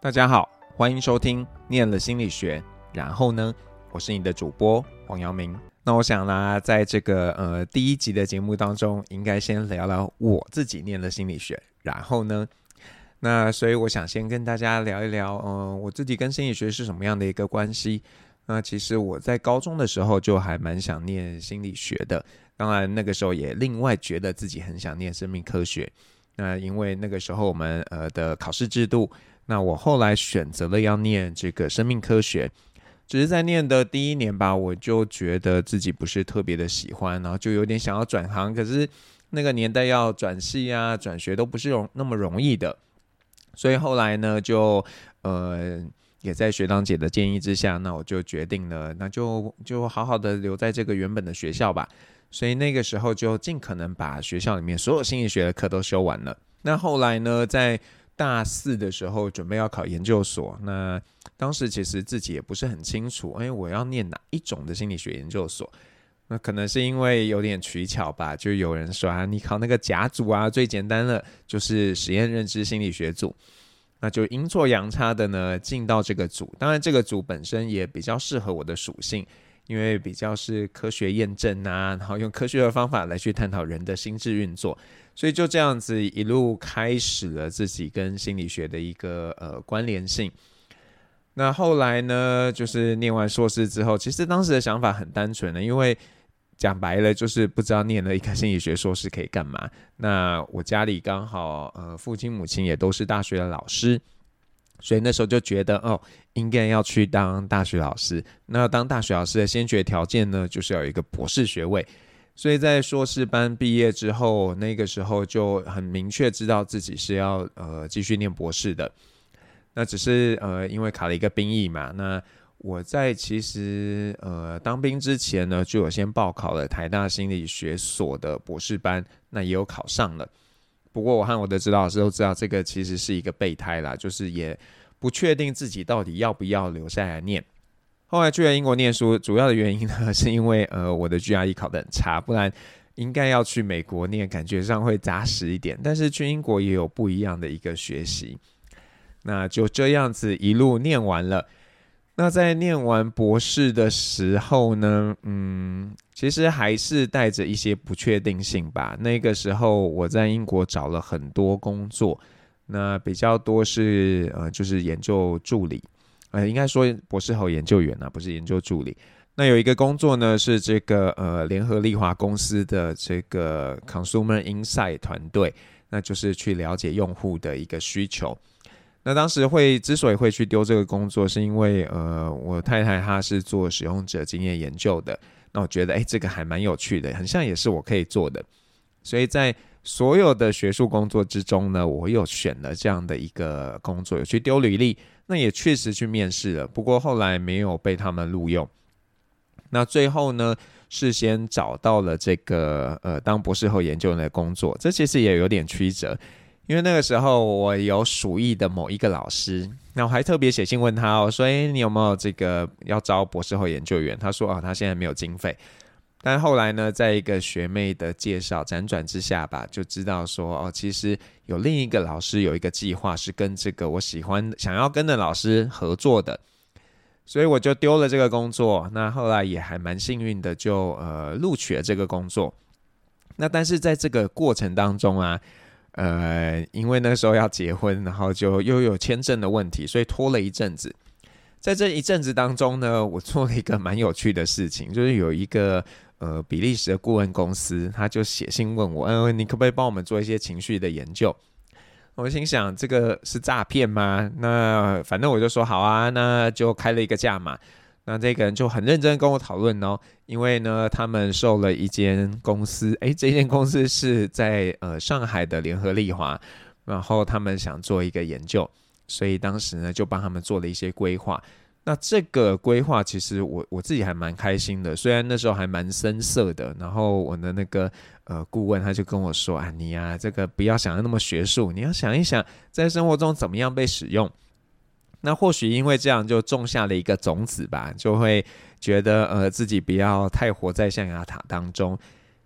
大家好，欢迎收听念了心理学。然后呢，我是你的主播黄阳明。那我想啦，在这个第一集的节目当中，应该先聊聊我自己念了心理学。然后呢，那所以我想先跟大家聊一聊，我自己跟心理学是什么样的一个关系。那其实我在高中的时候就还蛮想念心理学的，当然那个时候也另外觉得自己很想念生命科学。那因为那个时候我们的考试制度，那我后来选择了要念这个生命科学，只是在念的第一年吧，我就觉得自己不是特别的喜欢，然后就有点想要转行，可是那个年代要转系啊、转学都不是那么容易的，所以后来呢，就也在学长姐的建议之下，那我就决定了，那就好好的留在这个原本的学校吧。所以那个时候就尽可能把学校里面所有心理学的课都修完了。那后来呢，在大四的时候准备要考研究所，那当时其实自己也不是很清楚，我要念哪一种的心理学研究所。那可能是因为有点取巧吧，就有人说啊，你考那个甲组啊，最简单的就是实验认知心理学组。那就阴错阳差的呢进到这个组，当然这个组本身也比较适合我的属性，因为比较是科学验证啊，然后用科学的方法来去探讨人的心智运作，所以就这样子一路开始了自己跟心理学的一个关联性。那后来呢，就是念完硕士之后，其实当时的想法很单纯的，因为讲白了就是不知道念了一个心理学硕士可以干嘛。那我家里刚好父亲母亲也都是大学的老师，所以那时候就觉得应该要去当大学老师。那当大学老师的先决条件呢，就是要有一个博士学位。所以在硕士班毕业之后，那个时候就很明确知道自己是要继续念博士的。那只是因为考了一个兵役嘛，那我在其实当兵之前呢，就有先报考了台大心理学所的博士班，那也有考上了。不过我和我的指导老师都知道，这个其实是一个备胎啦，就是也不确定自己到底要不要留下来念。后来去了英国念书，主要的原因呢，是因为我的 GRE 考得很差，不然应该要去美国念，感觉上会扎实一点。但是去英国也有不一样的一个学习，那就这样子一路念完了。那在念完博士的时候呢，其实还是带着一些不确定性吧。那个时候我在英国找了很多工作，那比较多是就是研究助理，应该说博士后研究员啊，不是研究助理。那有一个工作呢是这个联合利华公司的这个 Consumer Insight 团队，那就是去了解用户的一个需求。那当时之所以会去丢这个工作，是因为我太太她是做使用者经验研究的，那我觉得这个还蛮有趣的，很像也是我可以做的，所以在所有的学术工作之中呢，我有选了这样的一个工作，有去丢履历，那也确实去面试了，不过后来没有被他们录用。那最后呢，是先找到了这个当博士后研究员的工作，这其实也有点曲折。因为那个时候我有属意的某一个老师，那我还特别写信问他，我说你有没有这个要招博士后研究员？他说他现在没有经费。但后来呢，在一个学妹的介绍辗转之下吧，就知道说其实有另一个老师有一个计划是跟这个我想要跟的老师合作的，所以我就丢了这个工作。那后来也还蛮幸运的，就录取了这个工作。那但是在这个过程当中啊，因为那时候要结婚，然后就又有签证的问题，所以拖了一阵子。在这一阵子当中呢，我做了一个蛮有趣的事情，就是有一个比利时的顾问公司，他就写信问我，你可不可以帮我们做一些情绪的研究？我心想这个是诈骗吗？那反正我就说好啊，那就开了一个价码。那这个人就很认真跟我讨论因为呢，他们受了一间公司，这间公司是在上海的联合利华，然后他们想做一个研究，所以当时呢就帮他们做了一些规划。那这个规划其实我自己还蛮开心的，虽然那时候还蛮生涩的。然后我的那个顾问他就跟我说你啊，这个不要想得那么学术，你要想一想在生活中怎么样被使用。那或许因为这样就种下了一个种子吧，就会觉得自己不要太活在象牙塔当中。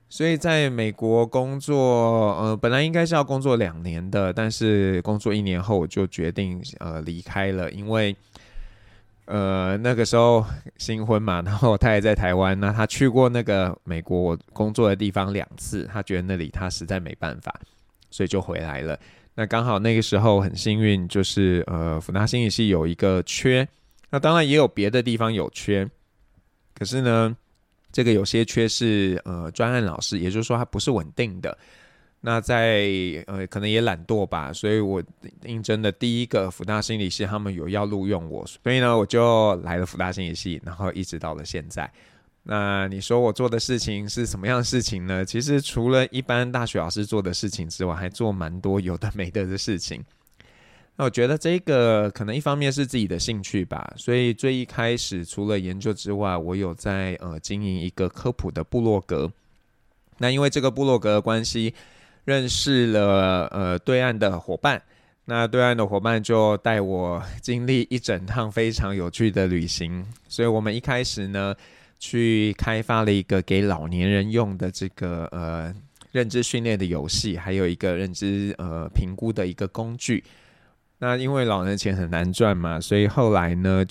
所以在美国工作，本来应该是要工作2年的，但是工作1年后我就决定离开了，因为那个时候新婚嘛，然后他也在台湾，那他去过那个美国我工作的地方2次，他觉得那里他实在没办法，所以就回来了。那刚好那个时候很幸运，就是辅大心理系有一个缺，那当然也有别的地方有缺，可是呢这个有些缺是专案老师，也就是说它不是稳定的。那在可能也懒惰吧，所以我应征的第一个辅大心理系，他们有要录用我，所以呢我就来了辅大心理系，然后一直到了现在。那你说我做的事情是什么样的事情呢？其实除了一般大学老师做的事情之外，还做蛮多有的没的的事情。那我觉得这个可能一方面是自己的兴趣吧，所以最一开始除了研究之外，我有在经营一个科普的部落格。那因为这个部落格的关系，认识了对岸的伙伴，那对岸的伙伴就带我经历一整趟非常有趣的旅行。所以我们一开始呢，去开发了一个给老年人用的这个认知训练的游戏，还有一个认知评估的一个工具。那因为老人钱很难赚嘛，所以后来呢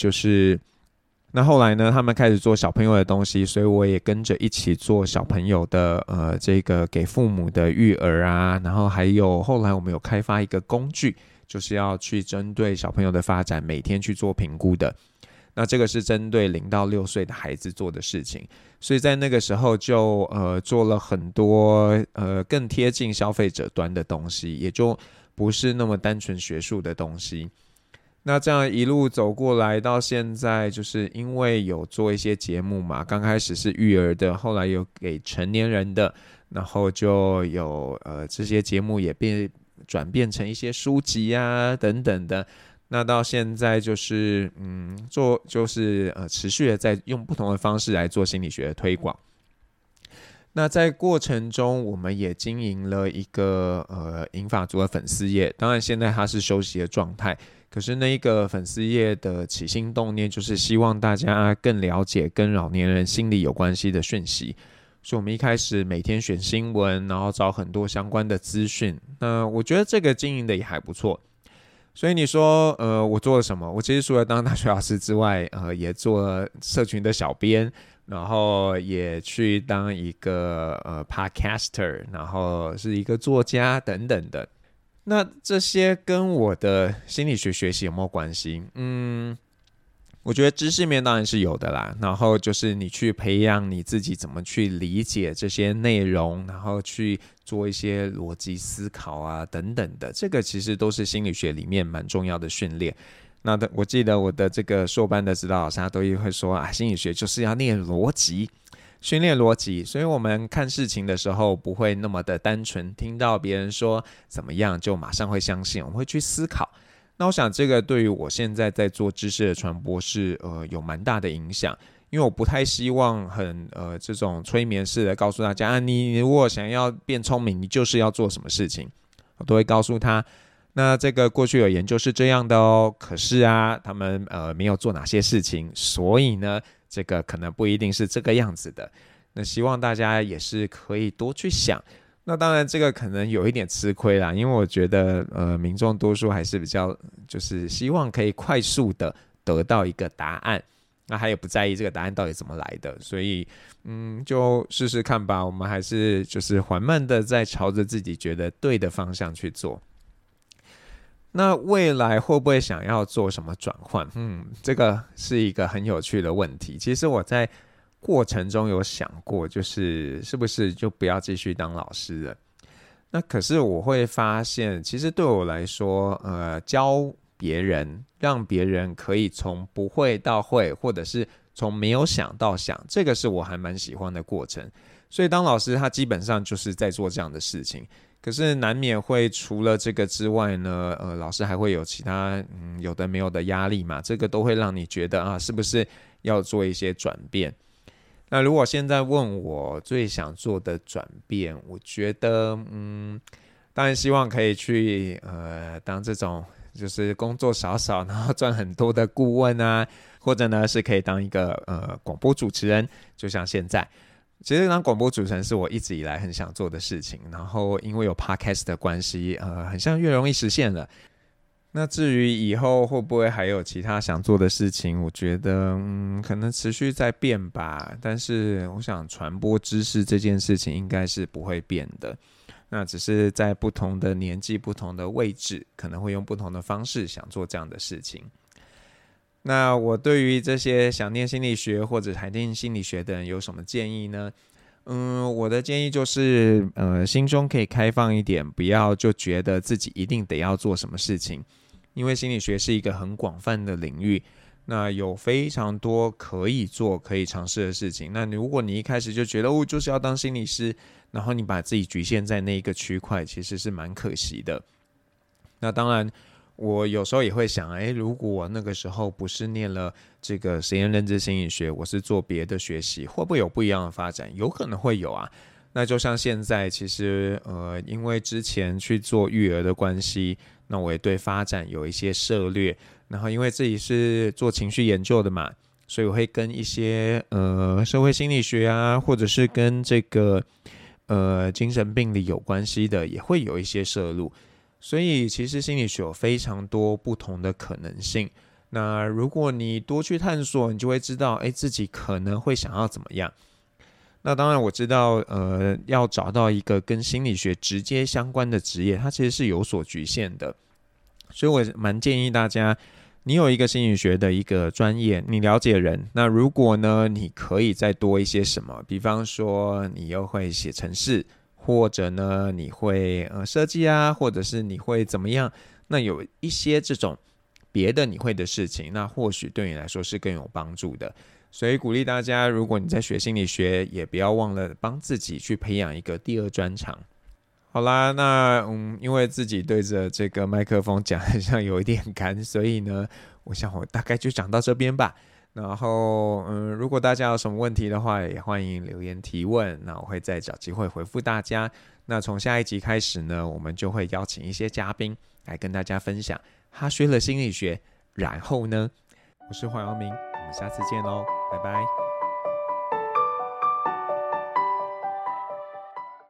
他们开始做小朋友的东西，所以我也跟着一起做小朋友的这个给父母的育儿啊，然后还有后来我们有开发一个工具，就是要去针对小朋友的发展每天去做评估的。那这个是针对0到6岁的孩子做的事情，所以在那个时候就做了很多更贴近消费者端的东西，也就不是那么单纯学术的东西。那这样一路走过来到现在，就是因为有做一些节目嘛，刚开始是育儿的，后来有给成年人的，然后就有这些节目也转变成一些书籍啊等等的。那到现在就是持续的在用不同的方式来做心理学的推广。那在过程中我们也经营了一个银发族的粉丝页，当然现在它是休息的状态，可是那一个粉丝页的起心动念就是希望大家更了解跟老年人心理有关系的讯息，所以我们一开始每天选新闻，然后找很多相关的资讯。那我觉得这个经营的也还不错。所以你说我做了什么？我其实除了当大学老师之外，也做了社群的小编，然后也去当一个podcaster， 然后是一个作家等等的。那这些跟我的心理学学习有没有关系？我觉得知识面当然是有的啦，然后就是你去培养你自己怎么去理解这些内容，然后去做一些逻辑思考啊等等的，这个其实都是心理学里面蛮重要的训练。那我记得我的这个硕班的指导老师他都会说啊，心理学就是要练逻辑，训练逻辑，所以我们看事情的时候不会那么的单纯，听到别人说怎么样就马上会相信，我们会去思考。那我想这个对于我现在在做知识的传播是有蛮大的影响，因为我不太希望这种催眠式的告诉大家你如果想要变聪明，你就是要做什么事情，我都会告诉他，那这个过去有研究是这样的哦，可是他们没有做哪些事情，所以呢这个可能不一定是这个样子的。那希望大家也是可以多去想。那当然这个可能有一点吃亏啦，因为我觉得民众多数还是比较就是希望可以快速的得到一个答案，那还有不在意这个答案到底怎么来的，所以就试试看吧，我们还是就是缓慢的在朝着自己觉得对的方向去做。那未来会不会想要做什么转换？这个是一个很有趣的问题。其实我在过程中有想过，就是是不是就不要继续当老师了。那可是我会发现，其实对我来说教别人，让别人可以从不会到会，或者是从没有想到想，这个是我还蛮喜欢的过程。所以当老师他基本上就是在做这样的事情，可是难免会除了这个之外呢老师还会有其他有的没有的压力嘛，这个都会让你觉得是不是要做一些转变。那如果现在问我最想做的转变，我觉得当然希望可以去当这种就是工作少少然后赚很多的顾问啊，或者呢是可以当一个广播主持人，就像现在。 其实当广播主持人是我一直以来很想做的事情，然后因为有 podcast 的关系，很像越容易实现了。那至于以后会不会还有其他想做的事情，我觉得可能持续在变吧。但是我想传播知识这件事情应该是不会变的，那只是在不同的年纪、不同的位置，可能会用不同的方式想做这样的事情。那我对于这些想念心理学或者还念心理学的人有什么建议呢？我的建议就是，心中可以开放一点，不要就觉得自己一定得要做什么事情，因为心理学是一个很广泛的领域，那有非常多可以做、可以尝试的事情。那如果你一开始就觉得就是要当心理师，然后你把自己局限在那一个区块，其实是蛮可惜的。那当然，我有时候也会想，如果我那个时候不是念了这个实验认知心理学，我是做别的学习，会不会有不一样的发展？有可能会有啊。那就像现在，其实因为之前去做育儿的关系，那我也对发展有一些涉略。然后因为自己是做情绪研究的嘛，所以我会跟一些社会心理学啊，或者是跟这个精神病理有关系的，也会有一些涉入。所以其实心理学有非常多不同的可能性，那如果你多去探索，你就会知道自己可能会想要怎么样。那当然我知道要找到一个跟心理学直接相关的职业，它其实是有所局限的。所以我蛮建议大家，你有一个心理学的一个专业，你了解人，那如果呢你可以再多一些什么，比方说你又会写程式，或者呢你会设计啊，或者是你会怎么样，那有一些这种别的你会的事情，那或许对你来说是更有帮助的。所以鼓励大家，如果你在学心理学，也不要忘了帮自己去培养一个第二专长。好啦，那因为自己对着这个麦克风讲好像有一点干，所以呢我想我大概就讲到这边吧。然后如果大家有什么问题的话，也欢迎留言提问，那我会再找机会回复大家。那从下一集开始呢，我们就会邀请一些嘉宾来跟大家分享他学了心理学，然后呢，我是黄阳明，我们下次见咯，拜拜。